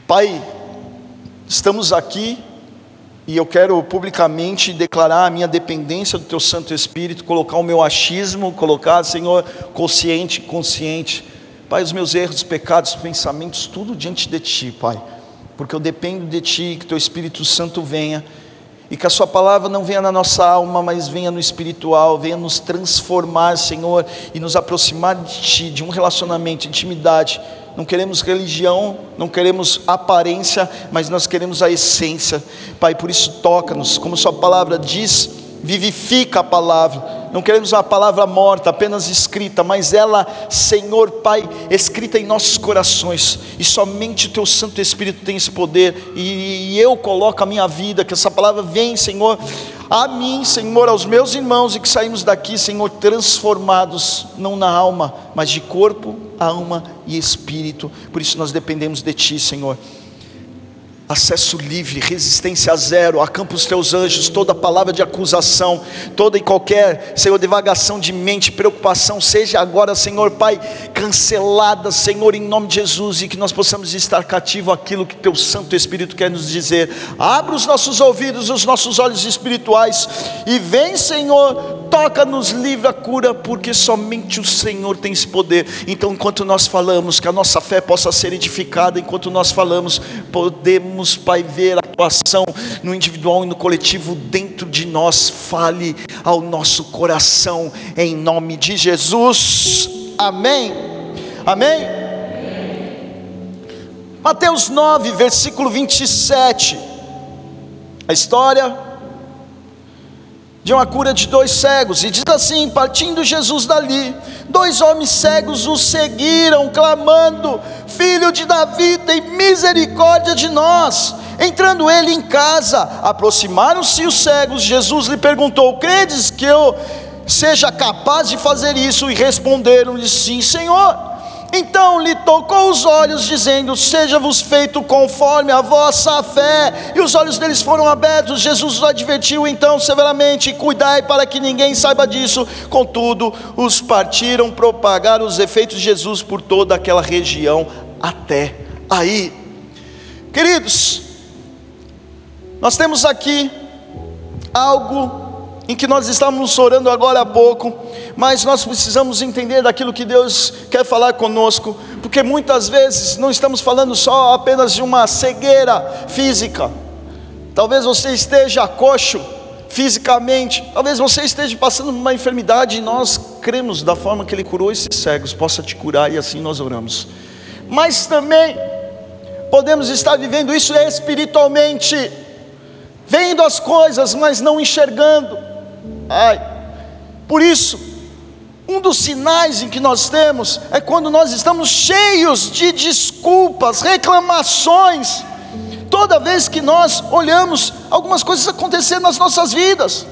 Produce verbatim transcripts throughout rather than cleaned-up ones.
Pai, estamos aqui e eu quero publicamente declarar a minha dependência do Teu Santo Espírito, colocar o meu achismo, colocar, Senhor, consciente, consciente, Pai, os meus erros, pecados, pensamentos, tudo diante de Ti, Pai, porque eu dependo de Ti, que Teu Espírito Santo venha, e que a Sua palavra não venha na nossa alma, mas venha no espiritual, venha nos transformar, Senhor, e nos aproximar de Ti, de um relacionamento, de intimidade. Não queremos religião, não queremos aparência, mas nós queremos a essência. Pai, por isso toca-nos, como Sua palavra diz, vivifica a palavra. Não queremos uma palavra morta, apenas escrita, mas ela, Senhor Pai, escrita em nossos corações, e somente o Teu Santo Espírito tem esse poder, e eu coloco a minha vida, que essa palavra vem, Senhor, a mim, Senhor, aos meus irmãos, e que saímos daqui, Senhor, transformados, não na alma, mas de corpo, alma e espírito. Por isso nós dependemos de Ti, Senhor. Acesso livre, resistência zero, acampa os Teus anjos, toda palavra de acusação, toda e qualquer, Senhor, divagação de mente, preocupação, seja agora, Senhor Pai, cancelada, Senhor, em nome de Jesus, e que nós possamos estar cativo àquilo que Teu Santo Espírito quer nos dizer. Abra os nossos ouvidos, os nossos olhos espirituais, e vem, Senhor, toca-nos, livra, cura, porque somente o Senhor tem esse poder. Então, enquanto nós falamos, que a nossa fé possa ser edificada, enquanto nós falamos, podemos, Pai, ver a Tua ação no individual e no coletivo dentro de nós. Fale ao nosso coração, em nome de Jesus, amém, amém. Mateus nove, versículo vinte e sete, a história de uma cura de dois cegos, e diz assim: partindo Jesus dali, dois homens cegos o seguiram, clamando: Filho de Davi, tem misericórdia de nós. Entrando ele em casa, aproximaram-se os cegos. Jesus lhe perguntou: credes que eu seja capaz de fazer isso? E responderam-lhe: sim, Senhor. Então lhe tocou os olhos, dizendo: seja-vos feito conforme a vossa fé. E os olhos deles foram abertos. Jesus os advertiu então severamente: cuidai para que ninguém saiba disso. Contudo, os partiram, propagaram os efeitos de Jesus por toda aquela região até aí. Queridos, nós temos aqui algo em que nós estávamos orando agora há pouco, mas nós precisamos entender daquilo que Deus quer falar conosco, porque muitas vezes não estamos falando só apenas de uma cegueira física. Talvez você esteja coxo fisicamente, talvez você esteja passando por uma enfermidade, e nós cremos da forma que Ele curou esses cegos, possa te curar, e assim nós oramos. Mas também podemos estar vivendo isso espiritualmente, vendo as coisas, mas não enxergando. Ai, por isso, um dos sinais em que nós temos é quando nós estamos cheios de desculpas, reclamações, toda vez que nós olhamos algumas coisas acontecer nas nossas vidas.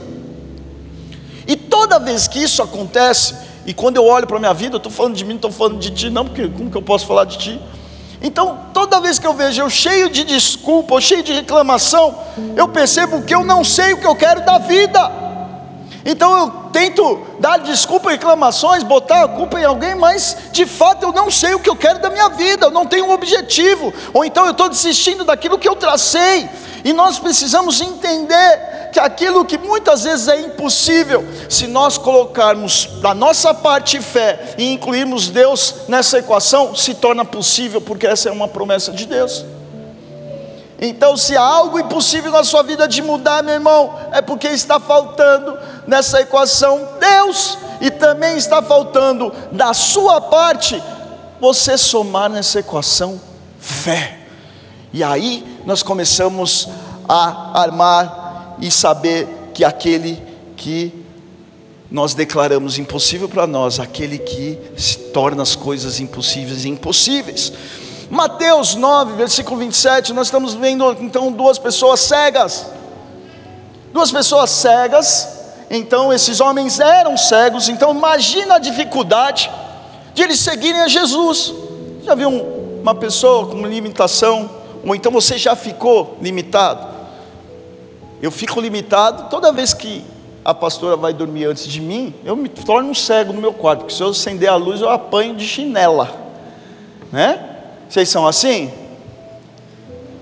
E toda vez que isso acontece, e quando eu olho para a minha vida, eu estou falando de mim, não estou falando de ti não, porque como que eu posso falar de ti? Então, toda vez que eu vejo eu cheio de desculpa, ou cheio de reclamação, eu percebo que eu não sei o que eu quero da vida. Então eu tento dar desculpa e reclamações, botar a culpa em alguém, mas de fato eu não sei o que eu quero da minha vida, eu não tenho um objetivo, ou então eu estou desistindo daquilo que eu tracei. E nós precisamos entender que aquilo que muitas vezes é impossível, se nós colocarmos da nossa parte fé e incluirmos Deus nessa equação, se torna possível, porque essa é uma promessa de Deus. Então, se há algo impossível na sua vida de mudar, meu irmão, é porque está faltando nessa equação Deus, e também está faltando da sua parte você somar nessa equação fé. E aí nós começamos a armar e saber que aquele que nós declaramos impossível para nós, aquele que se torna as coisas impossíveis impossíveis. Mateus nove, versículo vinte e sete, nós estamos vendo então duas pessoas cegas. Duas pessoas cegas, então esses homens eram cegos, então imagina a dificuldade de eles seguirem a Jesus. Já viu um, uma pessoa com limitação, ou então você já ficou limitado? Eu fico limitado toda vez que a pastora vai dormir antes de mim, eu me torno um cego no meu quarto, porque se eu acender a luz eu apanho de chinela, né? Vocês são assim?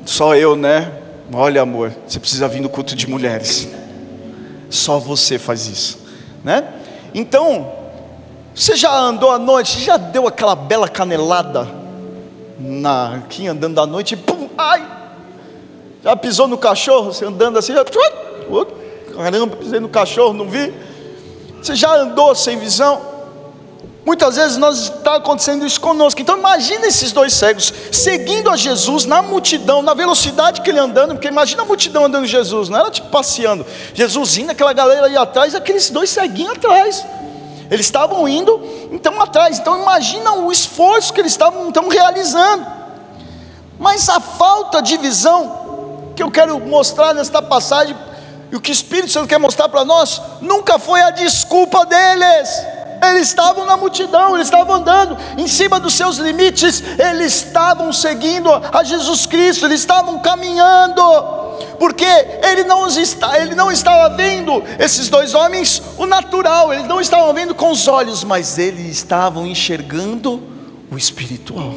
Só eu, né? Olha, amor, você precisa vir no culto de mulheres. Só você faz isso, né? Então, você já andou à noite, já deu aquela bela canelada na, aqui andando à noite, pum, ai! Já pisou no cachorro, você andando assim, já, caramba, pisei no cachorro, não vi? Você já andou sem visão? Muitas vezes nós está acontecendo isso conosco. Então imagina esses dois cegos seguindo a Jesus na multidão, na velocidade que ele andando, porque imagina a multidão andando Jesus, não era tipo passeando, Jesus indo, aquela galera aí atrás, aqueles dois ceguinhos atrás, eles estavam indo, então atrás, então imagina o esforço que eles estavam então realizando. Mas a falta de visão, que eu quero mostrar nesta passagem, e o que o Espírito Santo quer mostrar para nós, nunca foi a desculpa deles. Eles estavam na multidão, eles estavam andando em cima dos seus limites, eles estavam seguindo a Jesus Cristo, eles estavam caminhando, porque ele não, está, ele não estava vendo esses dois homens o natural, eles não estavam vendo com os olhos, mas eles estavam enxergando o espiritual.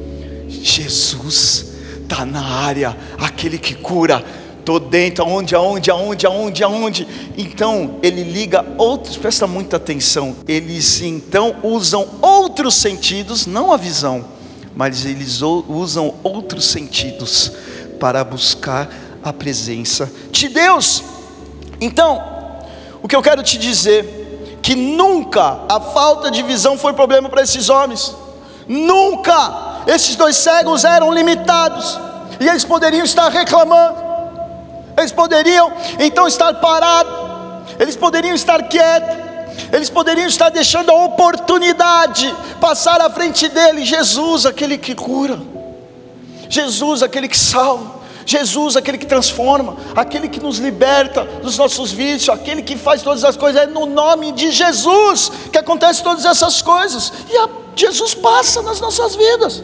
Jesus está na área, aquele que cura. Estou dentro, aonde, aonde, aonde, aonde, aonde. Então, ele liga outros, presta muita atenção. Eles então usam outros sentidos, não a visão, mas eles usam outros sentidos para buscar a presença de Deus. Então, o que eu quero te dizer, que nunca a falta de visão foi problema para esses homens. Nunca. Esses dois cegos eram limitados, e eles poderiam estar reclamando. Eles poderiam então estar parados, eles poderiam estar quietos, eles poderiam estar deixando a oportunidade passar à frente dele. Jesus, aquele que cura, Jesus, aquele que salva, Jesus, aquele que transforma, aquele que nos liberta dos nossos vícios, aquele que faz todas as coisas. É no nome de Jesus que acontecem todas essas coisas, e a, Jesus passa nas nossas vidas,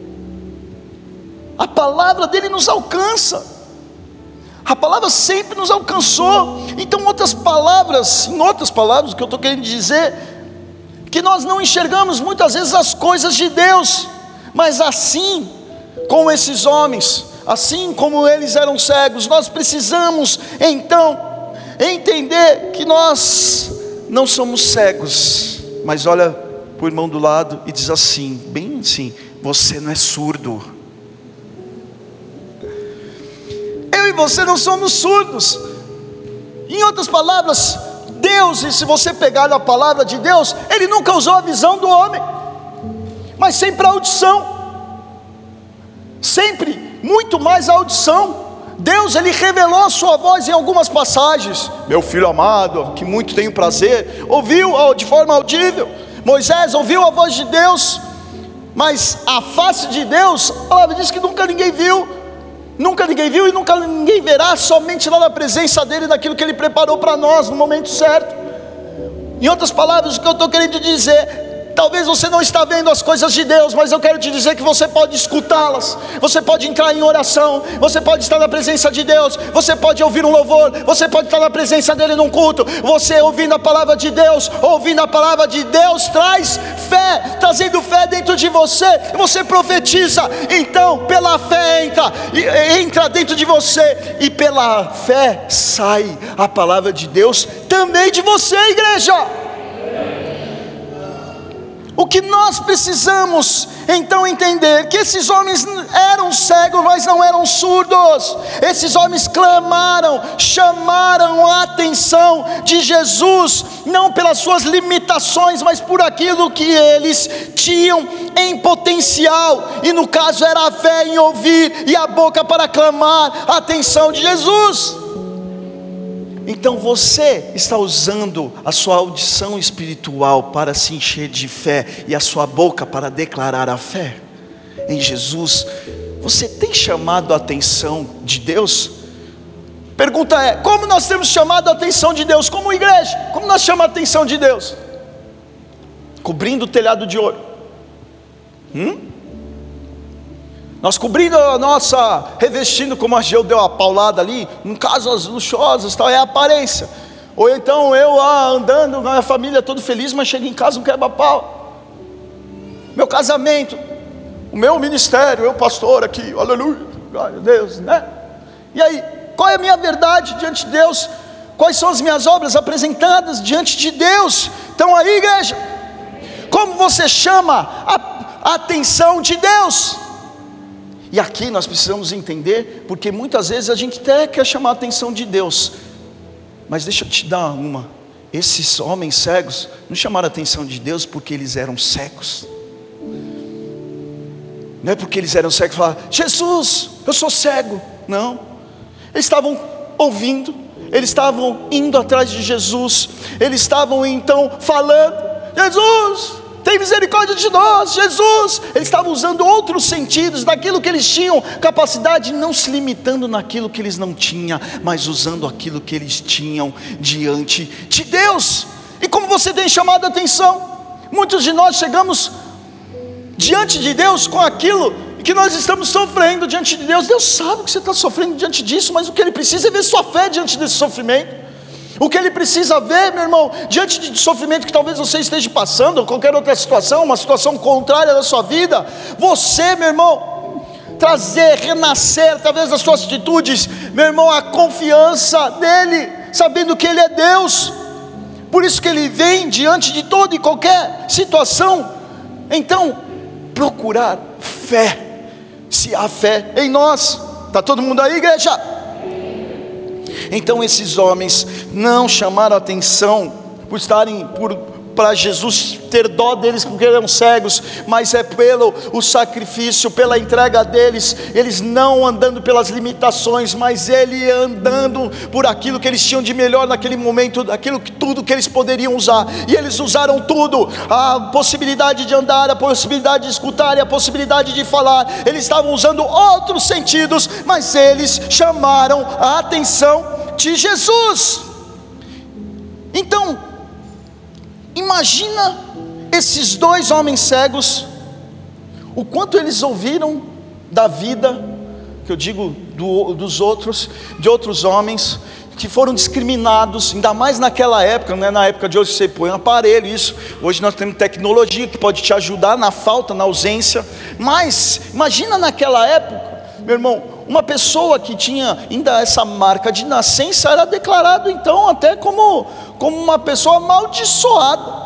a palavra dele nos alcança. A palavra sempre nos alcançou. Então, outras palavras, em outras palavras, o que eu estou querendo dizer, que nós não enxergamos muitas vezes as coisas de Deus, mas assim como esses homens, assim como eles eram cegos, nós precisamos então entender que nós não somos cegos. Mas olha para o irmão do lado e diz assim, bem assim: você não é surdo. Eu e você não somos surdos. Em outras palavras, Deus, e se você pegar a palavra de Deus, Ele nunca usou a visão do homem, mas sempre a audição, sempre, muito mais a audição. Deus, Ele revelou a sua voz em algumas passagens. Meu filho amado, que muito tenho prazer, ouviu de forma audível. Moisés ouviu a voz de Deus, mas a face de Deus, a palavra diz que nunca ninguém viu. Nunca ninguém viu e nunca ninguém verá, somente lá na presença dele, naquilo que ele preparou para nós no momento certo. Em outras palavras, o que eu estou querendo dizer, talvez você não está vendo as coisas de Deus, mas eu quero te dizer que você pode escutá-las, você pode entrar em oração, você pode estar na presença de Deus, você pode ouvir um louvor, você pode estar na presença dele num culto. Você ouvindo a palavra de Deus, ouvindo a palavra de Deus, traz fé, trazendo fé dentro de você, você profetiza, então pela fé entra, entra dentro de você, e pela fé sai a palavra de Deus também de você, igreja. O que nós precisamos então entender, que esses homens eram cegos, mas não eram surdos. Esses homens clamaram, chamaram a atenção de Jesus, não pelas suas limitações, mas por aquilo que eles tinham em potencial, e no caso era a fé em ouvir e a boca para clamar a atenção de Jesus. Então você está usando a sua audição espiritual para se encher de fé, e a sua boca para declarar a fé em Jesus. Você tem chamado a atenção de Deus? Pergunta é, como nós temos chamado a atenção de Deus como igreja? Como nós chamamos a atenção de Deus? Cobrindo o telhado de ouro. Hum? Nós cobrindo a nossa, revestindo, como a Geu deu a paulada ali, em casas luxuosas, tal, é a aparência. Ou então eu ah, andando, a família toda feliz, mas chego em casa um quebra-pau. Meu casamento, o meu ministério, eu pastor aqui, aleluia. glória a Deus, né? E aí, qual é a minha verdade diante de Deus? Quais são as minhas obras apresentadas diante de Deus? Então aí, igreja, como você chama a, a atenção de Deus? E aqui nós precisamos entender, porque muitas vezes a gente até quer chamar a atenção de Deus, mas deixa eu te dar uma: esses homens cegos não chamaram a atenção de Deus porque eles eram cegos. Não é porque eles eram cegos e falaram: Jesus, eu sou cego. Não, eles estavam ouvindo, eles estavam indo atrás de Jesus, eles estavam então falando: Jesus, tem misericórdia de nós, Jesus. Eles estavam usando outros sentidos daquilo que eles tinham capacidade, não se limitando naquilo que eles não tinham, mas usando aquilo que eles tinham diante de Deus. E como você tem chamado a atenção? Muitos de nós chegamos diante de Deus com aquilo que nós estamos sofrendo diante de Deus. Deus sabe que você está sofrendo diante disso, mas o que Ele precisa é ver sua fé diante desse sofrimento. O que Ele precisa ver, meu irmão, diante de sofrimento que talvez você esteja passando, ou qualquer outra situação, uma situação contrária da sua vida, você, meu irmão, trazer, renascer através das suas atitudes, meu irmão, a confiança nele, sabendo que Ele é Deus. Por isso que Ele vem diante de toda e qualquer situação. Então, procurar fé, se há fé em nós. Está todo mundo aí, igreja? Então esses homens não chamaram atenção por estarem, por, para Jesus ter dó deles porque eram cegos, mas é pelo o sacrifício, pela entrega deles, eles não andando pelas limitações, mas ele andando por aquilo que eles tinham de melhor naquele momento, aquilo que tudo que eles poderiam usar, e eles usaram tudo, a possibilidade de andar, a possibilidade de escutar e a possibilidade de falar. Eles estavam usando outros sentidos, mas eles chamaram a atenção de Jesus. Então, imagina esses dois homens cegos, o quanto eles ouviram da vida, que eu digo do, dos outros, de outros homens, que foram discriminados, ainda mais naquela época, não é na época de hoje você põe um aparelho, isso, hoje nós temos tecnologia que pode te ajudar na falta, na ausência, mas imagina naquela época, meu irmão, uma pessoa que tinha ainda essa marca de nascença, era declarado então até como, como uma pessoa amaldiçoada,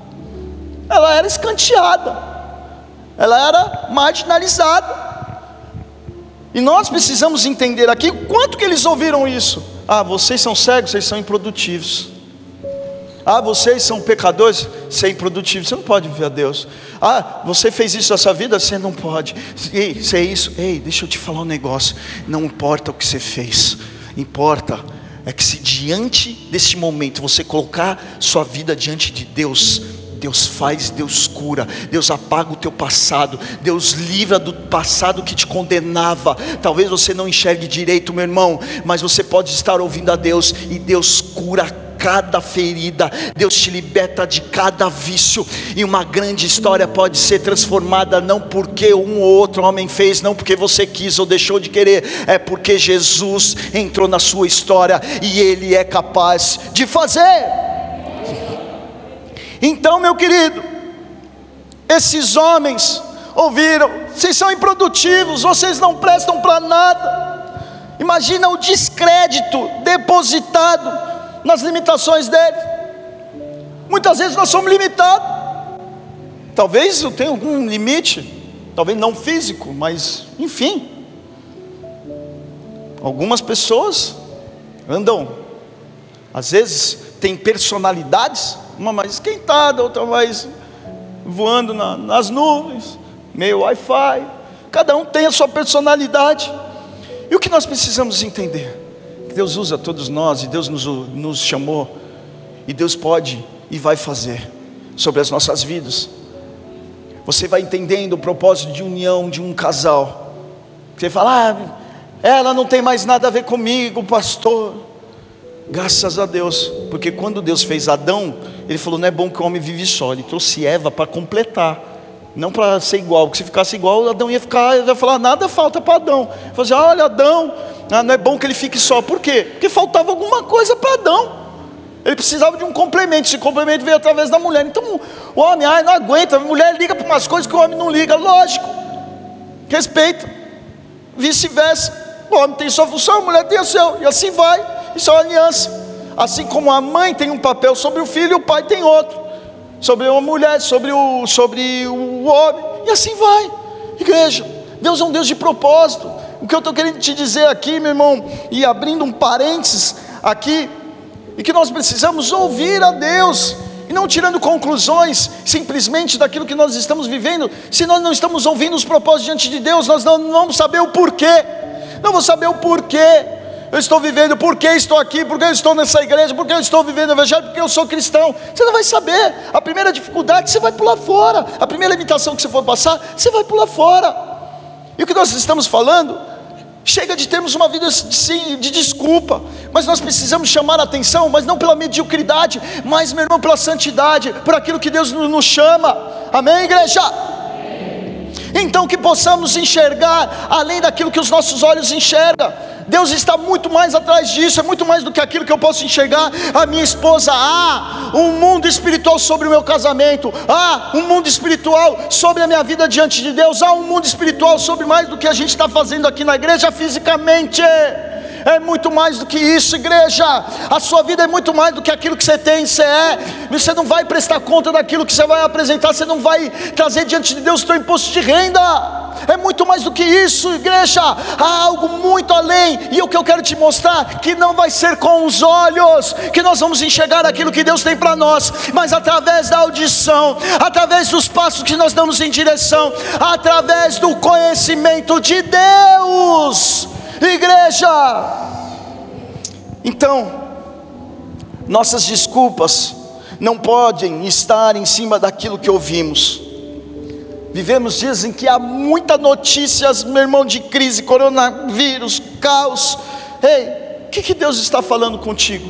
ela era escanteada, ela era marginalizada. E nós precisamos entender aqui quanto que eles ouviram isso. Ah, vocês são cegos, vocês são improdutivos. Ah, vocês são pecadores, você é improdutivo, você não pode viver a Deus. Ah, você fez isso na sua vida, você não pode. Ei, você é isso, ei, deixa eu te falar um negócio. Não importa o que você fez, importa é que se diante desse momento você colocar sua vida diante de Deus, Deus faz, Deus cura, Deus apaga o teu passado, Deus livra do passado que te condenava. Talvez você não enxergue direito, meu irmão, mas você pode estar ouvindo a Deus e Deus cura cada ferida, Deus te liberta de cada vício, e uma grande história pode ser transformada, não porque um ou outro homem fez, não porque você quis ou deixou de querer, é porque Jesus entrou na sua história e Ele é capaz de fazer. Então, meu querido, esses homens ouviram: vocês são improdutivos, vocês não prestam para nada. Imagina o descrédito depositado nas limitações dele. Muitas vezes nós somos limitados. Talvez eu tenha algum limite, talvez não físico, mas enfim. Algumas pessoas andam, às vezes tem personalidades, uma mais esquentada, outra mais voando na, nas nuvens, meio Wi-Fi. Cada um tem a sua personalidade. E o que nós precisamos entender? Deus usa todos nós, e Deus nos, nos chamou, e Deus pode e vai fazer sobre as nossas vidas. Você vai entendendo o propósito de união de um casal. Você fala: ah, ela não tem mais nada a ver comigo, pastor. Graças a Deus, porque quando Deus fez Adão, Ele falou: não é bom que o homem vive só. Ele trouxe Eva para completar, não para ser igual, porque se ficasse igual, Adão ia ficar, ele ia falar: nada falta para Adão. Ele falou assim: olha, Adão, ah, não é bom que ele fique só. Por quê? Porque faltava alguma coisa para Adão. Ele precisava de um complemento. Esse complemento veio através da mulher. Então o homem, ai, não aguenta, a mulher liga para umas coisas que o homem não liga. Lógico, respeita. vice-versa. O homem tem sua função, a mulher tem a sua, e assim vai. Isso é uma aliança. Assim como a mãe tem um papel sobre o filho, o pai tem outro sobre uma mulher, sobre o, sobre o homem, e assim vai. Igreja, Deus é um Deus de propósito. O que eu estou querendo te dizer aqui, meu irmão, e abrindo um parênteses aqui, e que nós precisamos ouvir a Deus, e não tirando conclusões simplesmente daquilo que nós estamos vivendo. Se nós não estamos ouvindo os propósitos diante de Deus, nós não, não vamos saber o porquê. Não vou saber o porquê eu estou vivendo, porquê estou aqui, porquê eu estou nessa igreja, porquê eu estou vivendo o evangelho, porque eu sou cristão. Você não vai saber. A primeira dificuldade você vai pular fora, a primeira limitação que você for passar, você vai pular fora. E o que nós estamos falando, chega de termos uma vida de, de desculpa, mas nós precisamos chamar a atenção, mas não pela mediocridade, mas, meu irmão, pela santidade, por aquilo que Deus nos chama. Amém, igreja? Então que possamos enxergar além daquilo que os nossos olhos enxergam. Deus está muito mais atrás disso, é muito mais do que aquilo que eu posso enxergar. A minha esposa, há um mundo espiritual sobre o meu casamento, há um mundo espiritual sobre a minha vida diante de Deus, há um mundo espiritual sobre mais do que a gente está fazendo aqui na igreja fisicamente. É muito mais do que isso, igreja. A sua vida é muito mais do que aquilo que você tem, você é. Você não vai prestar conta daquilo que você vai apresentar, você não vai trazer diante de Deus o seu imposto de renda. É muito mais do que isso, igreja. Há algo muito além. E o que eu quero te mostrar, que não vai ser com os olhos que nós vamos enxergar aquilo que Deus tem para nós, mas através da audição, através dos passos que nós damos em direção, através do conhecimento de Deus. Igreja, então, nossas desculpas não podem estar em cima daquilo que ouvimos. Vivemos dias em que há muitas notícias, meu irmão, de crise, coronavírus, caos. Ei, o que, que Deus está falando contigo?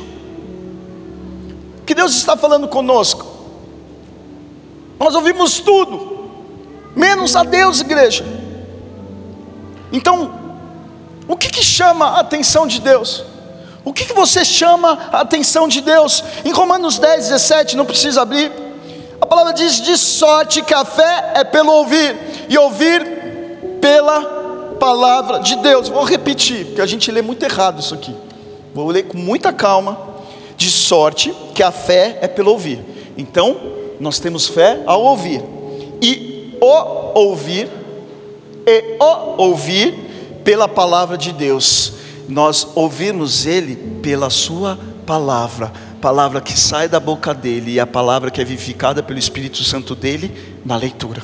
O que Deus está falando conosco? Nós ouvimos tudo, menos a Deus, igreja. Então, o que, que chama a atenção de Deus? O que, que você chama a atenção de Deus? Em Romanos dez, dezessete, não precisa abrir, a palavra diz: de sorte que a fé é pelo ouvir, e ouvir pela palavra de Deus. Vou repetir, porque a gente lê muito errado isso aqui. Vou ler com muita calma. De sorte que a fé é pelo ouvir. Então, nós temos fé ao ouvir, e o ouvir, e o ouvir pela palavra de Deus. Nós ouvimos Ele pela sua palavra, palavra que sai da boca dele, e a palavra que é vivificada pelo Espírito Santo dele na leitura.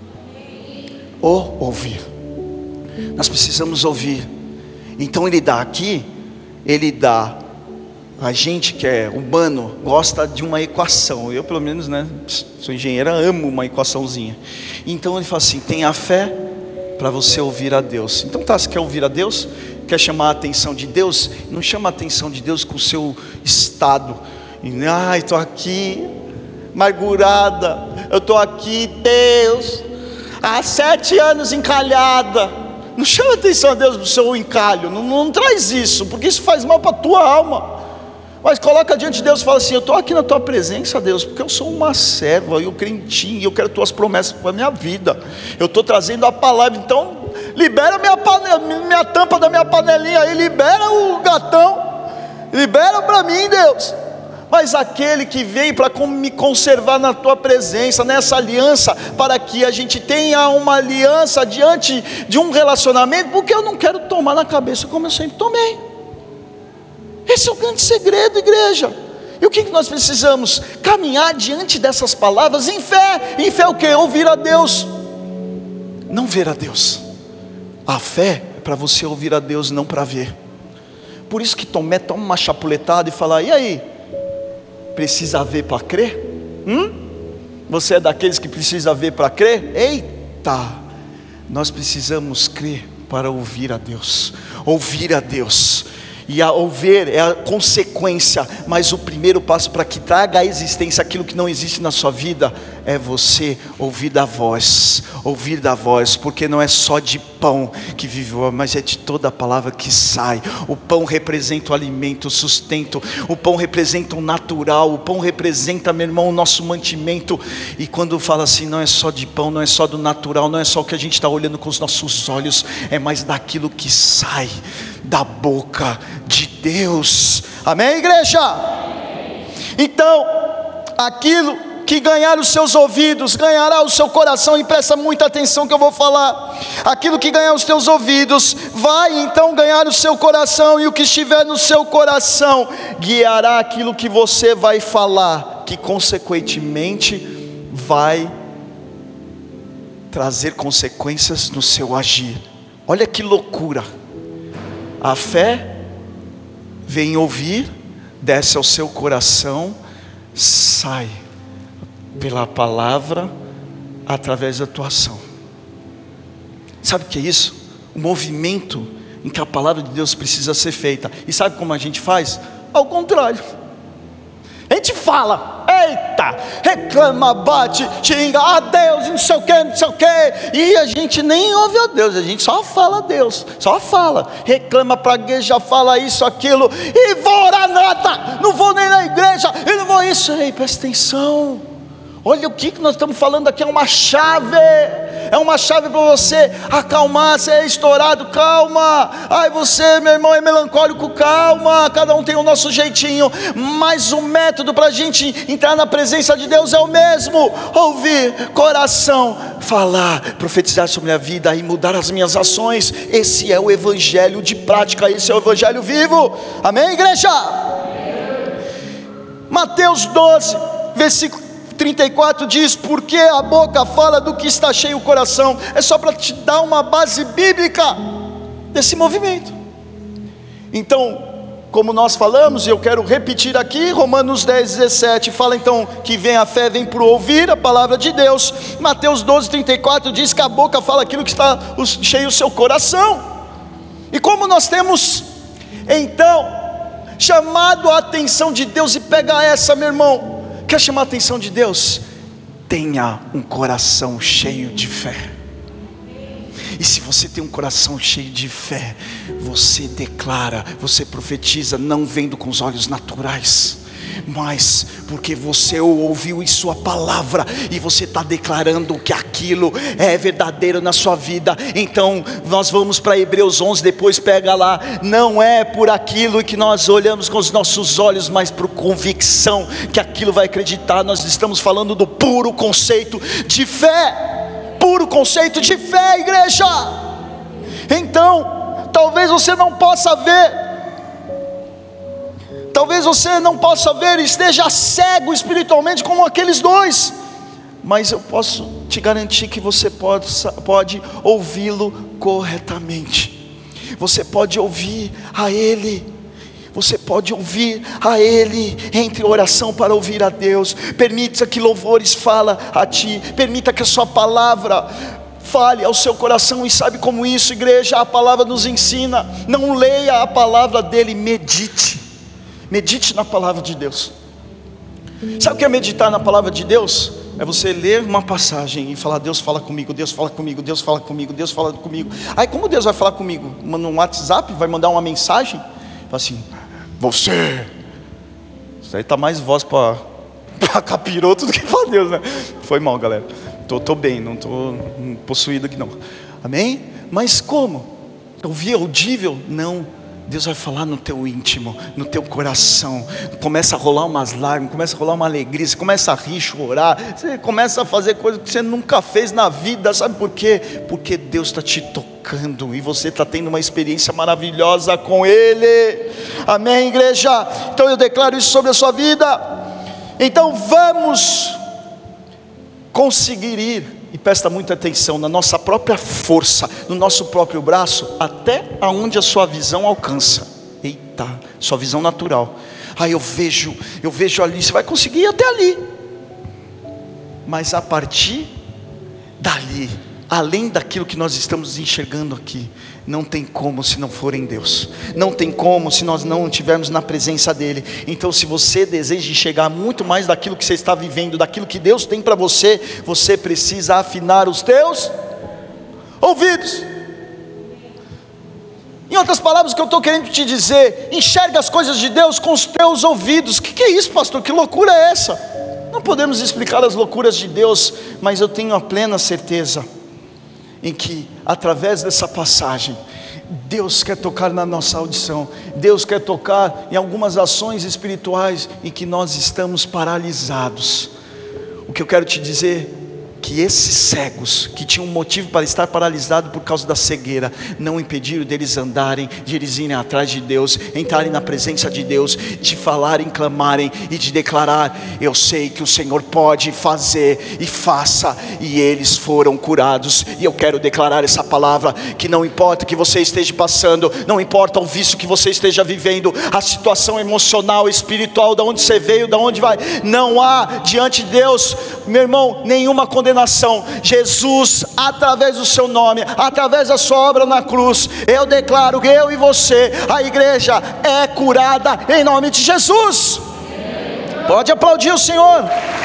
O ouvir, nós precisamos ouvir. Então Ele dá aqui, Ele dá. A gente que é humano gosta de uma equação. Eu, pelo menos, né, sou engenheiro, amo uma equaçãozinha. Então Ele fala assim: tenha fé para você ouvir a Deus. Então tá, você quer ouvir a Deus? Quer chamar a atenção de Deus? Não chama a atenção de Deus com o seu estado. Ai, estou aqui amargurada, eu estou aqui, Deus, há sete anos encalhada. Não chama a atenção a Deus do seu encalho, não, não traz isso, porque isso faz mal para a tua alma. Mas coloca diante de Deus e fala assim: eu estou aqui na tua presença, Deus, porque eu sou uma serva, eu creio em ti, e eu quero tuas promessas para a minha vida. Eu estou trazendo a palavra, então libera minha, panela, minha tampa da minha panelinha aí, libera o gatão, libera para mim, Deus. Mas aquele que vem para me conservar na tua presença, nessa aliança, para que a gente tenha uma aliança diante de um relacionamento, porque eu não quero tomar na cabeça como eu sempre tomei. Esse é o grande segredo, igreja. E o que nós precisamos? Caminhar diante dessas palavras em fé. Em fé o quê? Ouvir a Deus, não ver a Deus. A fé é para você ouvir a Deus, não para ver. Por isso que Tomé toma uma chapuletada e fala: e aí? Precisa ver para crer? Hum? Você é daqueles que precisa ver para crer? Eita! Nós precisamos crer para ouvir a Deus. Ouvir a Deus. E a ouvir é a consequência, mas o primeiro passo para que traga à existência aquilo que não existe na sua vida é você ouvir da voz, ouvir da voz, porque não é só de pão que vive o homem, mas é de toda a palavra que sai. O pão representa o alimento, o sustento, o pão representa o natural, o pão representa, meu irmão, o nosso mantimento. E quando fala assim, não é só de pão, não é só do natural, não é só o que a gente está olhando com os nossos olhos, é mais daquilo que sai da boca de Deus. Amém, igreja? Então, aquilo que ganhar os seus ouvidos, ganhará o seu coração. E presta muita atenção que eu vou falar. Aquilo que ganhar os teus ouvidos, vai então ganhar o seu coração. E o que estiver no seu coração, guiará aquilo que você vai falar, que consequentemente vai trazer consequências no seu agir. Olha que loucura. A fé vem ouvir, desce ao seu coração, sai pela palavra, através da tua ação. Sabe o que é isso? O movimento em que a palavra de Deus precisa ser feita. E sabe como a gente faz? Ao contrário. A gente fala, eita, reclama, bate, xinga, a Deus, não sei o que, não sei o que. E a gente nem ouve a Deus, a gente só fala a Deus, só fala. Reclama, pragueja, fala isso, aquilo. E vou orar nada, não vou nem na igreja, e não vou isso. Ei, presta atenção. Olha o que nós estamos falando aqui, é uma chave. É uma chave para você acalmar. Você é estourado, calma. Ai, você, meu irmão, é melancólico, calma. Cada um tem o nosso jeitinho, mas o método para a gente entrar na presença de Deus é o mesmo: ouvir, coração, falar, profetizar sobre a minha vida e mudar as minhas ações. Esse é o evangelho de prática, esse é o evangelho vivo. Amém, igreja? Mateus doze, versículo trinta e quatro diz: porque a boca fala do que está cheio o coração. É só para te dar uma base bíblica desse movimento. Então, como nós falamos, e eu quero repetir aqui, Romanos dez, dezessete, fala então que vem a fé, vem por ouvir a palavra de Deus. Mateus doze, trinta e quatro diz que a boca fala aquilo que está cheio o seu coração. E como nós temos então chamado a atenção de Deus, e pega essa, meu irmão, quer chamar a atenção de Deus? Tenha um coração cheio de fé. E se você tem um coração cheio de fé, você declara, você profetiza, não vendo com os olhos naturais, mas porque você ouviu em sua palavra, e você está declarando que aquilo é verdadeiro na sua vida. Então nós vamos para Hebreus onze, depois pega lá. Não é por aquilo que nós olhamos com os nossos olhos, mas por convicção que aquilo vai acreditar. Nós estamos falando do puro conceito de fé. Puro conceito de fé, igreja. Então talvez você não possa ver, talvez você não possa ver, esteja cego espiritualmente como aqueles dois, mas eu posso te garantir que você pode, pode ouvi-lo corretamente. Você pode ouvir a Ele, você pode ouvir a Ele, entre oração para ouvir a Deus. Permita que louvores fala a ti, permita que a sua palavra fale ao seu coração. E sabe como isso, igreja? A palavra nos ensina. Não leia a palavra dele, medite. Medite na palavra de Deus. Sabe o que é meditar na palavra de Deus? É você ler uma passagem e falar: Deus fala comigo, Deus fala comigo, Deus fala comigo, Deus fala comigo. Aí como Deus vai falar comigo? No WhatsApp? Vai mandar uma mensagem? Fala assim: você. Isso aí tá mais voz para capiroto do que para Deus, né? Foi mal, galera. Tô, tô bem, não tô possuído aqui não. Amém? Mas como? Ouvir audível? Não. Deus vai falar no teu íntimo, no teu coração. Começa a rolar umas lágrimas, começa a rolar uma alegria, você começa a rir, chorar, você começa a fazer coisas que você nunca fez na vida. Sabe por quê? Porque Deus está te tocando e você está tendo uma experiência maravilhosa com Ele. Amém, igreja? Então eu declaro isso sobre a sua vida. Então vamos conseguir ir, e presta muita atenção, na nossa própria força, no nosso próprio braço, até aonde a sua visão alcança. Eita, sua visão natural. Ah, eu vejo, eu vejo ali. Você vai conseguir ir até ali, mas a partir dali, além daquilo que nós estamos enxergando aqui, não tem como se não for em Deus, não tem como se nós não estivermos na presença dEle. Então se você deseja enxergar muito mais daquilo que você está vivendo, daquilo que Deus tem para você, você precisa afinar os teus ouvidos. Em outras palavras, o que eu estou querendo te dizer, enxerga as coisas de Deus com os teus ouvidos. O que, que é isso, pastor? Que loucura é essa? Não podemos explicar as loucuras de Deus, mas eu tenho a plena certeza em que, através dessa passagem, Deus quer tocar na nossa audição, Deus quer tocar em algumas ações espirituais em que nós estamos paralisados. O que eu quero te dizer, que esses cegos, que tinham um motivo para estar paralisados por causa da cegueira, não impediram deles andarem, de eles irem atrás de Deus, entrarem na presença de Deus, de falarem, clamarem e de declarar: eu sei que o Senhor pode fazer, e faça. E eles foram curados. E eu quero declarar essa palavra, que não importa o que você esteja passando, não importa o vício que você esteja vivendo, a situação emocional, espiritual, de onde você veio, de onde vai, não há diante de Deus, meu irmão, nenhuma condenação. Jesus, através do seu nome, através da sua obra na cruz, eu declaro que eu e você, a igreja é curada em nome de Jesus. Pode aplaudir o Senhor.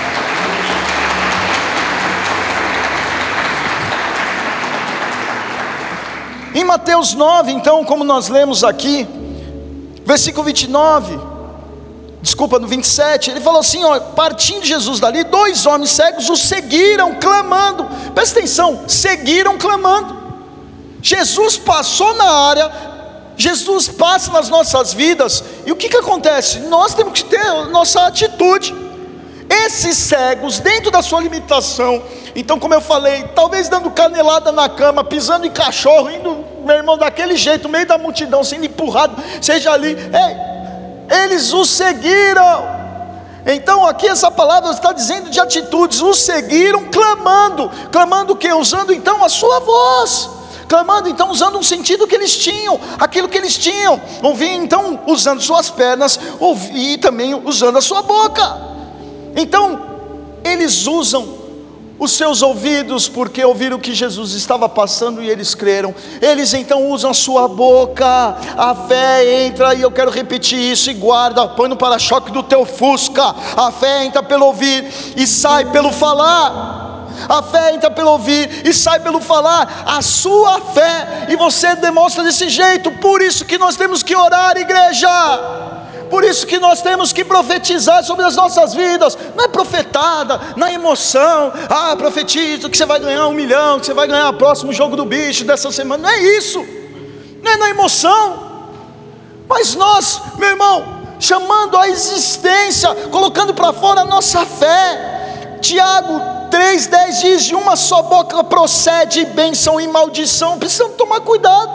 Em Mateus nove, então, como nós lemos aqui, versículo vinte e nove, desculpa, no vinte e sete, ele falou assim, ó, partindo Jesus dali, dois homens cegos o seguiram clamando. Presta atenção, seguiram clamando. Jesus passou na área, Jesus passa nas nossas vidas, e o que que acontece? Nós temos que ter a nossa atitude. Esses cegos, dentro da sua limitação, então, como eu falei, talvez dando canelada na cama, pisando em cachorro, indo, meu irmão, daquele jeito, no meio da multidão, sendo empurrado, seja ali, ei, eles o seguiram. Então aqui essa palavra está dizendo de atitudes. O seguiram clamando. Clamando o que? Usando então a sua voz. Clamando então usando um sentido que eles tinham, aquilo que eles tinham. Ouvir então usando suas pernas, ouvir também usando a sua boca. Então eles usam os seus ouvidos, porque ouviram o que Jesus estava passando e eles creram. Eles então usam a sua boca. A fé entra, e eu quero repetir isso, e guarda, põe no para-choque do teu Fusca. A fé entra pelo ouvir e sai pelo falar. A fé entra pelo ouvir e sai pelo falar. A sua fé, e você demonstra desse jeito. Por isso que nós temos que orar, igreja. Por isso que nós temos que profetizar sobre as nossas vidas. Não é profetada na emoção. Ah, profetiza que você vai ganhar um milhão, que você vai ganhar o próximo jogo do bicho dessa semana. Não é isso. Não é na emoção. Mas nós, meu irmão, chamando a existência, colocando para fora a nossa fé. Tiago três, dez diz: de uma só boca procede bênção e maldição. Precisamos tomar cuidado.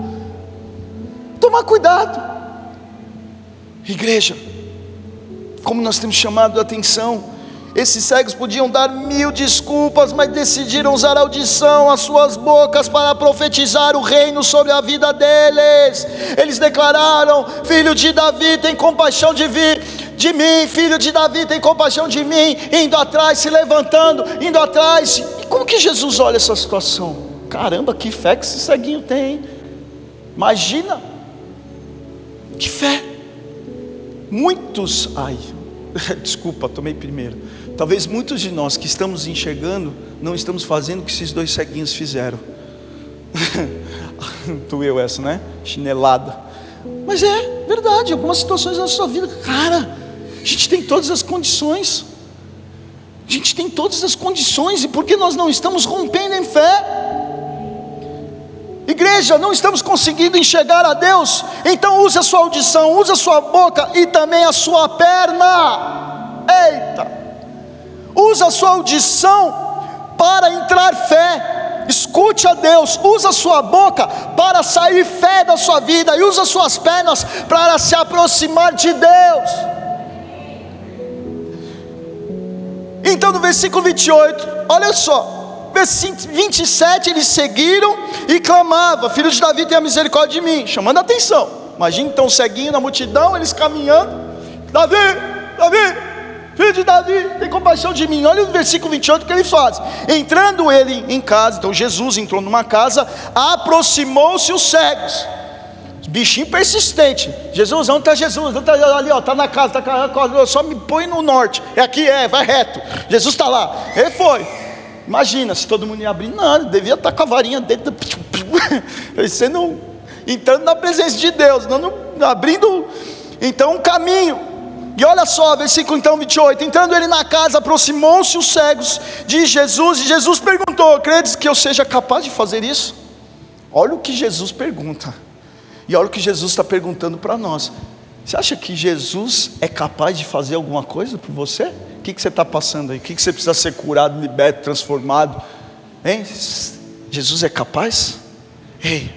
Tomar cuidado. Igreja, como nós temos chamado a atenção, esses cegos podiam dar mil desculpas, mas decidiram usar a audição, as suas bocas, para profetizar o reino sobre a vida deles. Eles declararam: filho de Davi, tem compaixão de, vir, de mim, filho de Davi, tem compaixão de mim, indo atrás, se levantando, indo atrás. E como que Jesus olha essa situação? Caramba, que fé que esse ceguinho tem, hein? Imagina, que fé. Muitos, ai, desculpa, tomei primeiro. Talvez muitos de nós que estamos enxergando, não estamos fazendo o que esses dois ceguinhos fizeram. Doeu essa, né? Chinelada. Mas é verdade, algumas situações na sua vida, cara, a gente tem todas as condições. A gente tem todas as condições, e por que nós não estamos rompendo em fé? Igreja, não estamos conseguindo enxergar a Deus? Então use a sua audição, use a sua boca e também a sua perna. Eita! Use a sua audição para entrar fé. Escute a Deus. Use a sua boca para sair fé da sua vida, e use as suas pernas para se aproximar de Deus. Então no versículo vinte e oito, olha só, vinte e sete, eles seguiram e clamavam: filho de Davi, tenha misericórdia de mim, chamando a atenção. Imagina então o ceguinho na multidão, eles caminhando: Davi, Davi, filho de Davi, tem compaixão de mim. Olha o versículo vinte e oito que ele faz. Entrando ele em casa, então Jesus entrou numa casa, aproximou-se os cegos. Bichinho persistente. Jesus, onde está Jesus? Onde tá ali, ó, está na casa, tá, só me põe no norte. É aqui, é, vai reto. Jesus está lá. Ele foi. Imagina se todo mundo ia abrir. Não, devia estar com a varinha dentro. Você não, entrando na presença de Deus, não, não abrindo então um caminho. E olha só, versículo então vinte e oito. Entrando ele na casa, aproximou-se os cegos de Jesus, e Jesus perguntou: credes que eu seja capaz de fazer isso? Olha o que Jesus pergunta. E olha o que Jesus está perguntando para nós. Você acha que Jesus é capaz de fazer alguma coisa por você? O que, que você está passando aí? O que, que você precisa ser curado, liberto, transformado? Hein? Jesus é capaz? Ei,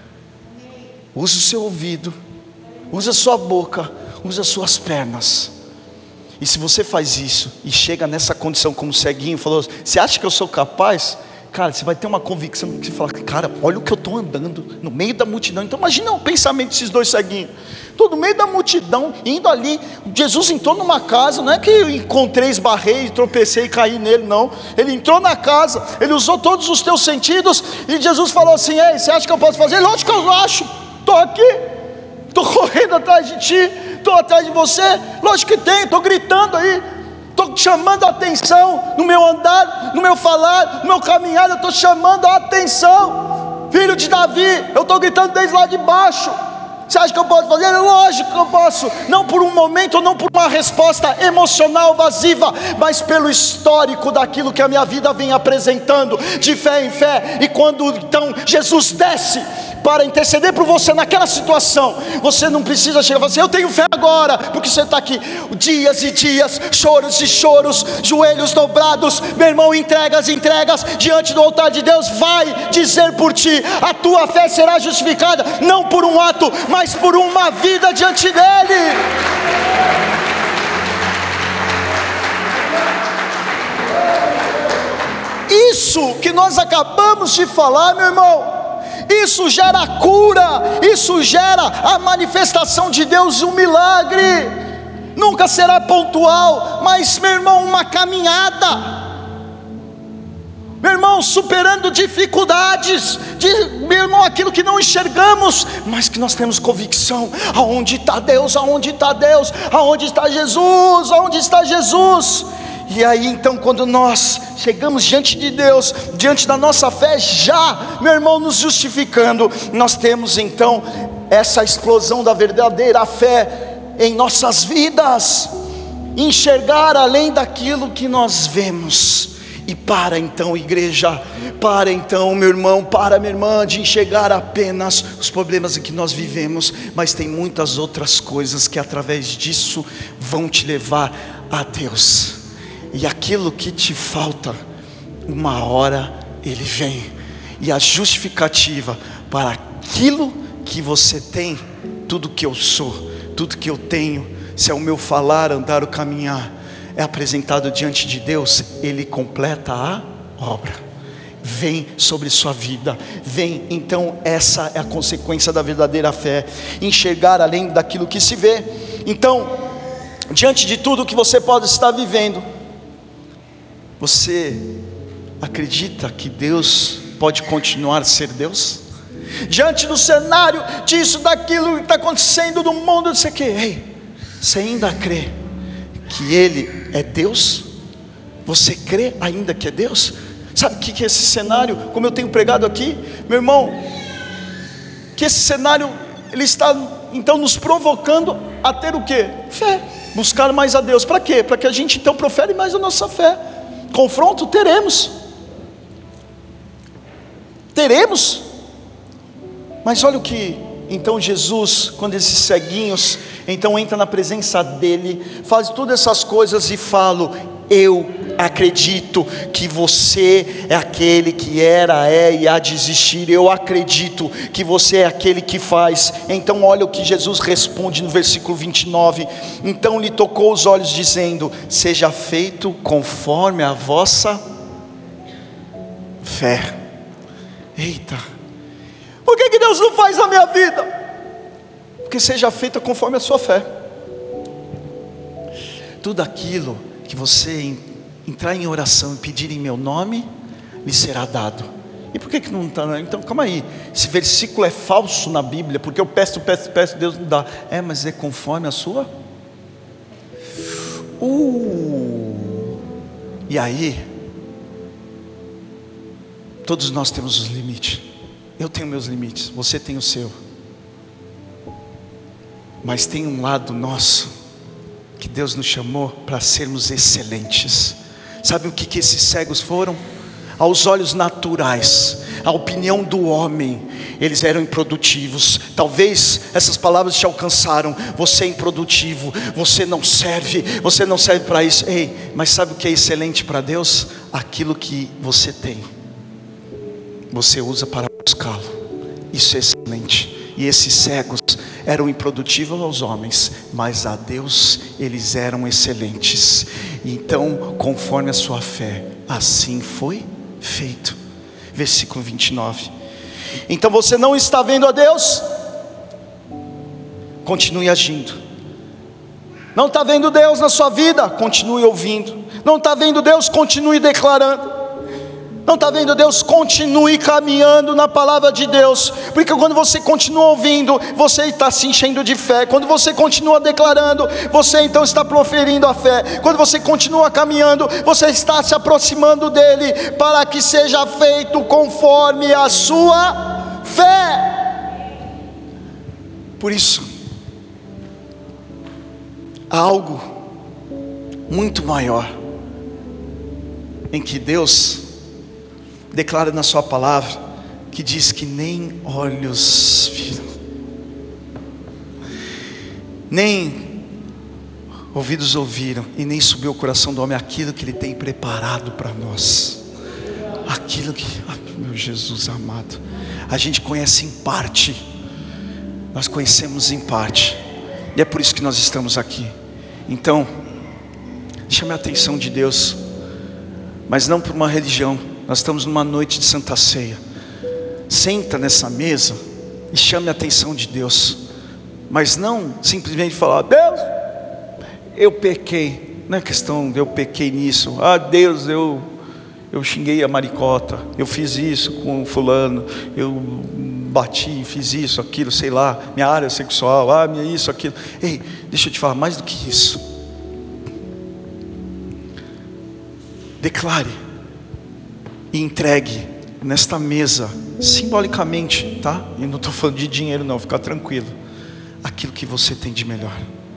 use o seu ouvido, use a sua boca, use as suas pernas. E se você faz isso e chega nessa condição como ceguinho, falou: você acha que eu sou capaz? Cara, você vai ter uma convicção que você fala: cara, olha o que eu estou andando no meio da multidão. Então imagina o pensamento desses dois ceguinhos. Estou no meio da multidão, indo ali. Jesus entrou numa casa. Não é que eu encontrei, esbarrei, tropecei e caí nele, não. Ele entrou na casa, ele usou todos os teus sentidos. E Jesus falou assim: ei, você acha que eu posso fazer? Lógico que eu acho. Estou aqui, estou correndo atrás de ti, estou atrás de você. Lógico que tem, estou gritando aí, estou chamando a atenção no meu andar, no meu falar, no meu caminhar. Eu estou chamando a atenção. Filho de Davi, eu estou gritando desde lá de baixo. Você acha que eu posso fazer? Lógico que eu posso. Não por um momento, não por uma resposta emocional evasiva, mas pelo histórico daquilo que a minha vida vem apresentando, de fé em fé. E quando então Jesus desce para interceder por você naquela situação, você não precisa chegar e falar assim: eu tenho fé agora, porque você está aqui dias e dias, choros e choros, joelhos dobrados. Meu irmão, entregas, entregas diante do altar de Deus. Vai dizer por ti: a tua fé será justificada, não por um ato, mas por uma vida diante dele. Isso que nós acabamos de falar, meu irmão, isso gera cura, isso gera a manifestação de Deus, um milagre. Nunca será pontual, mas, meu irmão, uma caminhada. Meu irmão, superando dificuldades, de, meu irmão, aquilo que não enxergamos, mas que nós temos convicção. Aonde está Deus? Aonde está Deus? Aonde está Jesus? Aonde está Jesus? E aí então, quando nós chegamos diante de Deus, diante da nossa fé, já, meu irmão, nos justificando, nós temos então essa explosão da verdadeira fé em nossas vidas. Enxergar além daquilo que nós vemos. E para então, igreja, para então, meu irmão, para minha irmã, de enxergar apenas os problemas em que nós vivemos, mas tem muitas outras coisas que através disso vão te levar a Deus. E aquilo que te falta, uma hora Ele vem. E a justificativa para aquilo que você tem, tudo que eu sou, tudo que eu tenho, se é o meu falar, andar ou caminhar, é apresentado diante de Deus, Ele completa a obra. Vem sobre sua vida, vem, então essa é a consequência da verdadeira fé, enxergar além daquilo que se vê. Então, diante de tudo que você pode estar vivendo, você acredita que Deus pode continuar a ser Deus? Diante do cenário disso, daquilo que está acontecendo no mundo, você que, ei, você ainda crê que Ele é Deus? Você crê ainda que é Deus? Sabe o que, que é esse cenário, como eu tenho pregado aqui, meu irmão, que esse cenário, ele está então nos provocando a ter o quê? Fé, buscar mais a Deus. Para quê? Para que a gente então profere mais a nossa fé. Confronto teremos, teremos, mas olha o que então Jesus, quando esses ceguinhos então entra na presença dele, faz todas essas coisas e fala: eu acredito que você é aquele que era, é e há de existir. Eu acredito que você é aquele que faz. Então olha o que Jesus responde no versículo vinte e nove. Então lhe tocou os olhos dizendo: seja feito conforme a vossa fé. Eita, por que que Deus não faz na minha vida? Porque seja feita conforme a sua fé. Tudo aquilo que você entrar em oração e pedir em meu nome, lhe será dado. E por que que não está? Então calma aí, esse versículo é falso na Bíblia, porque eu peço, peço, peço, Deus não dá. É, mas é conforme a sua uh. E aí, todos nós temos os limites. Eu tenho meus limites, você tem o seu. Mas tem um lado nosso que Deus nos chamou para sermos excelentes. Sabe o que que esses cegos foram? Aos olhos naturais, a opinião do homem, eles eram improdutivos. Talvez essas palavras te alcançaram. Você é improdutivo, você não serve, você não serve para isso. Ei, mas sabe o que é excelente para Deus? Aquilo que você tem, você usa para buscá-lo. Isso é excelente. E esses cegos eram improdutivos aos homens, mas a Deus eles eram excelentes. Então, conforme a sua fé, assim foi feito. Versículo vinte e nove. Então você não está vendo a Deus? Continue agindo. Não está vendo Deus na sua vida? Continue ouvindo. Não está vendo Deus? Continue declarando. Não está vendo Deus? Continue caminhando na palavra de Deus. Porque quando você continua ouvindo, você está se enchendo de fé. Quando você continua declarando, você então está proferindo a fé. Quando você continua caminhando, você está se aproximando dele, para que seja feito conforme a sua fé. Por isso, há algo muito maior em que Deus declara na sua palavra, que diz que nem olhos viram, nem ouvidos ouviram, e nem subiu o coração do homem aquilo que ele tem preparado para nós. Aquilo que, ah, meu Jesus amado, a gente conhece em parte, nós conhecemos em parte, e é por isso que nós estamos aqui. Então, chame a atenção de Deus, mas não por uma religião. Nós estamos numa noite de Santa Ceia. Senta nessa mesa e chame a atenção de Deus, mas não simplesmente falar: Deus, eu pequei. Não é questão de eu pequei nisso. Ah, Deus, eu, eu xinguei a maricota, eu fiz isso com fulano, eu bati, fiz isso, aquilo, sei lá, minha área sexual, ah, minha isso, aquilo. Ei, deixa eu te falar mais do que isso. Declare e entregue nesta mesa, simbolicamente, tá? Eu não estou falando de dinheiro não, fica tranquilo. Aquilo que você tem de melhor.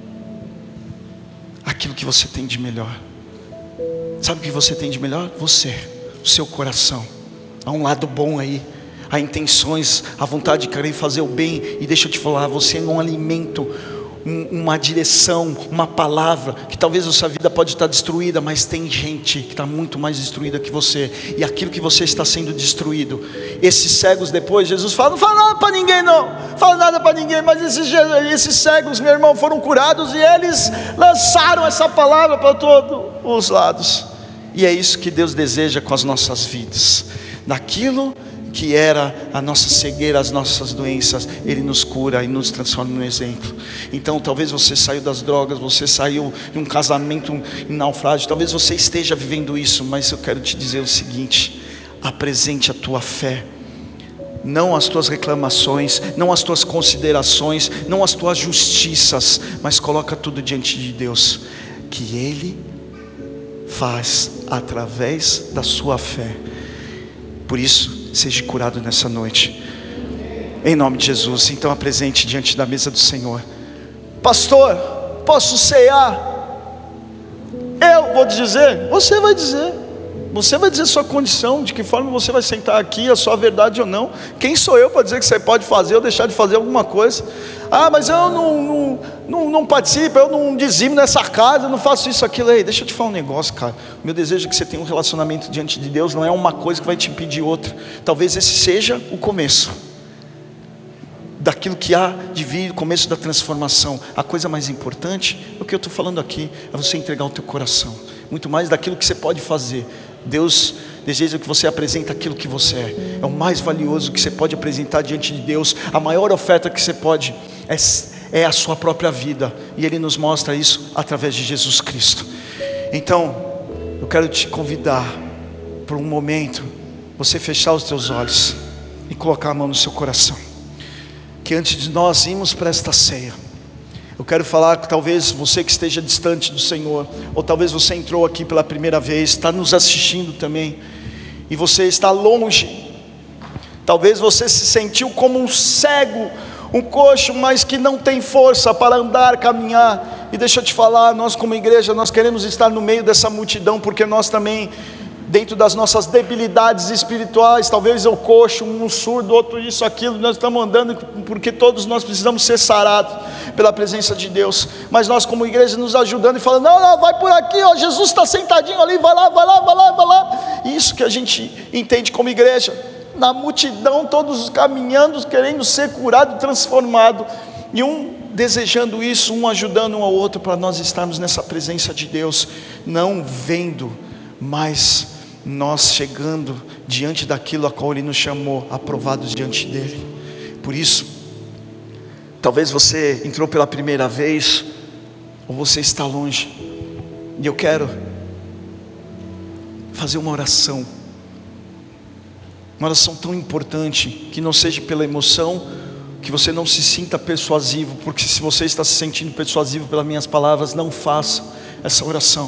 Aquilo que você tem de melhor. Sabe o que você tem de melhor? Você, o seu coração. Há um lado bom aí, há intenções, a vontade de querer fazer o bem. E deixa eu te falar, você é um alimento, uma direção, uma palavra, que talvez a sua vida pode estar destruída, mas tem gente que está muito mais destruída que você, e aquilo que você está sendo destruído. Esses cegos depois, Jesus fala: não fala nada para ninguém não, fala nada para ninguém, mas esses, esses cegos, meu irmão, foram curados, e eles lançaram essa palavra para todos os lados. E é isso que Deus deseja com as nossas vidas. Daquilo que era a nossa cegueira, as nossas doenças, Ele nos cura e nos transforma num exemplo. Então talvez você saiu das drogas, você saiu de um casamento em naufrágio, talvez você esteja vivendo isso, mas eu quero te dizer o seguinte: apresente a tua fé, não as tuas reclamações, não as tuas considerações, não as tuas justiças, mas coloca tudo diante de Deus, que Ele faz através da sua fé. Por isso, seja curado nessa noite, em nome de Jesus. Então apresente diante da mesa do Senhor. Pastor, posso cear? Eu vou dizer? Você vai dizer. Você vai dizer sua condição, de que forma você vai sentar aqui, a sua verdade ou não. Quem sou eu para dizer que você pode fazer ou deixar de fazer alguma coisa? Ah, mas eu não, não, não, não participo, eu não dizimo nessa casa, eu não faço isso, aquilo. Ei, deixa eu te falar um negócio, cara. O meu desejo é que você tenha um relacionamento diante de Deus, não é uma coisa que vai te impedir outra. Talvez esse seja o começo daquilo que há de vir, o começo da transformação. A coisa mais importante, é o que eu estou falando aqui, é você entregar o teu coração. Muito mais daquilo que você pode fazer. Deus deseja que você apresente aquilo que você é. É o mais valioso que você pode apresentar diante de Deus. A maior oferta que você pode é, é a sua própria vida. E Ele nos mostra isso através de Jesus Cristo. Então, eu quero te convidar por um momento, você fechar os teus olhos e colocar a mão no seu coração. Que antes de nós irmos para esta ceia, eu quero falar que talvez você que esteja distante do Senhor, ou talvez você entrou aqui pela primeira vez, está nos assistindo também, e você está longe. Talvez você se sentiu como um cego, um coxo, mas que não tem força para andar, caminhar. E deixa eu te falar, nós como igreja, nós queremos estar no meio dessa multidão, porque nós também, dentro das nossas debilidades espirituais, talvez eu coxo, um surdo, outro isso, aquilo, nós estamos andando, porque todos nós precisamos ser sarados pela presença de Deus. Mas nós como igreja nos ajudando e falando, não, não, vai por aqui, ó, Jesus está sentadinho ali, vai lá, vai lá, vai lá, vai lá. Isso que a gente entende como igreja. Na multidão, todos caminhando, querendo ser curado, transformado, e um desejando isso, um ajudando um ao outro, para nós estarmos nessa presença de Deus, não vendo, mas nós chegando diante daquilo a qual Ele nos chamou, aprovados diante dEle. Por isso, talvez você entrou pela primeira vez, ou você está longe, e eu quero fazer uma oração, uma oração tão importante, que não seja pela emoção, que você não se sinta persuasivo, porque se você está se sentindo persuasivo pelas minhas palavras, não faça essa oração.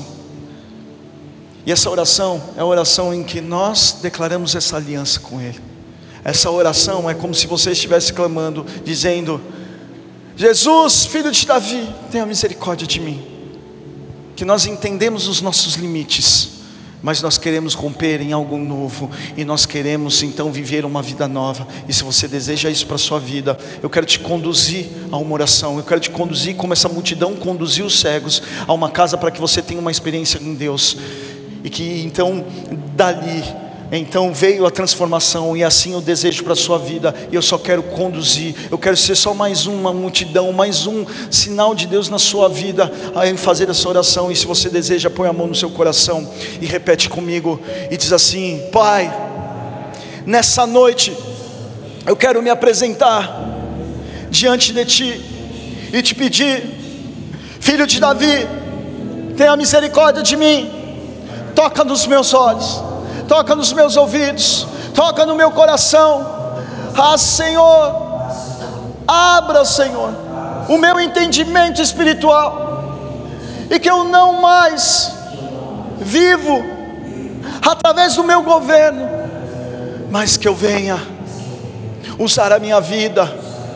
E essa oração é a oração em que nós declaramos essa aliança com Ele. Essa oração é como se você estivesse clamando, dizendo, Jesus, filho de Davi, tenha misericórdia de mim. Que nós entendemos os nossos limites, mas nós queremos romper em algo novo, e nós queremos então viver uma vida nova. E se você deseja isso para a sua vida, eu quero te conduzir a uma oração. Eu quero te conduzir como essa multidão conduziu os cegos a uma casa, para que você tenha uma experiência com Deus, e que então dali então veio a transformação. E assim eu desejo para a sua vida, e eu só quero conduzir, eu quero ser só mais uma multidão, mais um sinal de Deus na sua vida, em fazer essa oração. E se você deseja, põe a mão no seu coração e repete comigo, e diz assim: Pai, nessa noite eu quero me apresentar diante de Ti e te pedir, filho de Davi, tenha misericórdia de mim, toca nos meus olhos, toca nos meus ouvidos, toca no meu coração. Ah, Senhor, abra, Senhor, o meu entendimento espiritual, e que eu não mais vivo através do meu governo, mas que eu venha usar a minha vida,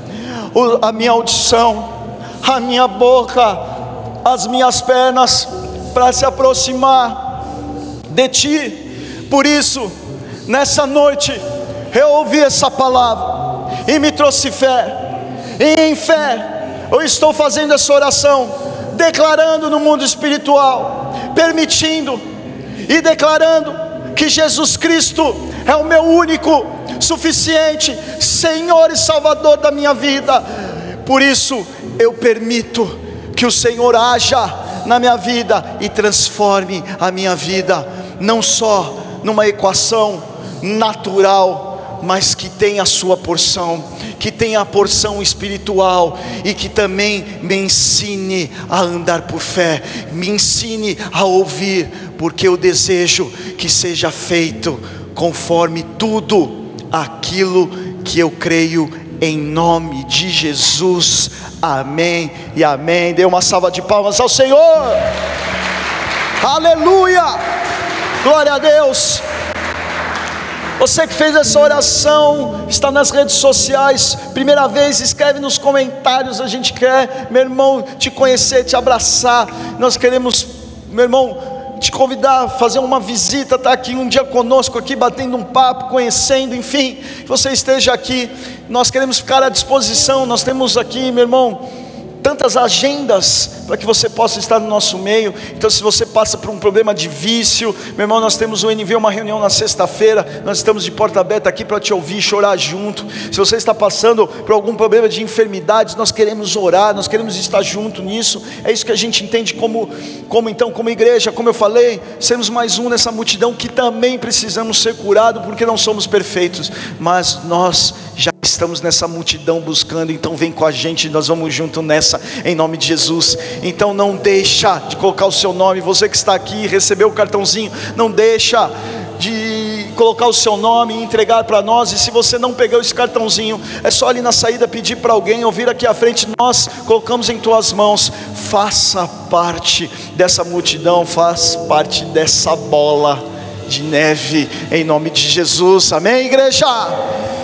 a minha audição, a minha boca, as minhas pernas, para se aproximar de Ti. Por isso, nessa noite, eu ouvi essa palavra, e me trouxe fé, e em fé, eu estou fazendo essa oração, declarando no mundo espiritual, permitindo, e declarando, que Jesus Cristo é o meu único, suficiente Senhor e Salvador da minha vida. Por isso, eu permito que o Senhor haja na minha vida, e transforme a minha vida, não só numa equação natural, mas que tenha a sua porção, que tenha a porção espiritual, e que também me ensine a andar por fé, me ensine a ouvir, porque eu desejo que seja feito conforme tudo aquilo que eu creio, em nome de Jesus, amém e amém. Dê uma salva de palmas ao Senhor, aleluia, glória a Deus. Você que fez essa oração, está nas redes sociais, primeira vez, escreve nos comentários. A gente quer, meu irmão, te conhecer, te abraçar. Nós queremos, meu irmão, te convidar a fazer uma visita, estar aqui um dia conosco, aqui batendo um papo, conhecendo, enfim, que você esteja aqui. Nós queremos ficar à disposição. Nós temos aqui, meu irmão, tantas agendas para que você possa estar no nosso meio. Então, se você passa por um problema de vício, meu irmão, nós temos o N V, uma reunião na sexta-feira. Nós estamos de porta aberta aqui para te ouvir, chorar junto. Se você está passando por algum problema de enfermidades, nós queremos orar, nós queremos estar junto nisso. É isso que a gente entende como, como então, como igreja, como eu falei, sermos mais um nessa multidão que também precisamos ser curados, porque não somos perfeitos, mas nós já estamos estamos nessa multidão buscando, então vem com a gente, nós vamos junto nessa, em nome de Jesus. Então não deixa de colocar o seu nome, você que está aqui, recebeu o cartãozinho, não deixa de colocar o seu nome e entregar para nós. E se você não pegou esse cartãozinho, é só ali na saída pedir para alguém, ou vir aqui à frente, nós colocamos em tuas mãos. Faça parte dessa multidão, faz parte dessa bola de neve, em nome de Jesus, amém, igreja?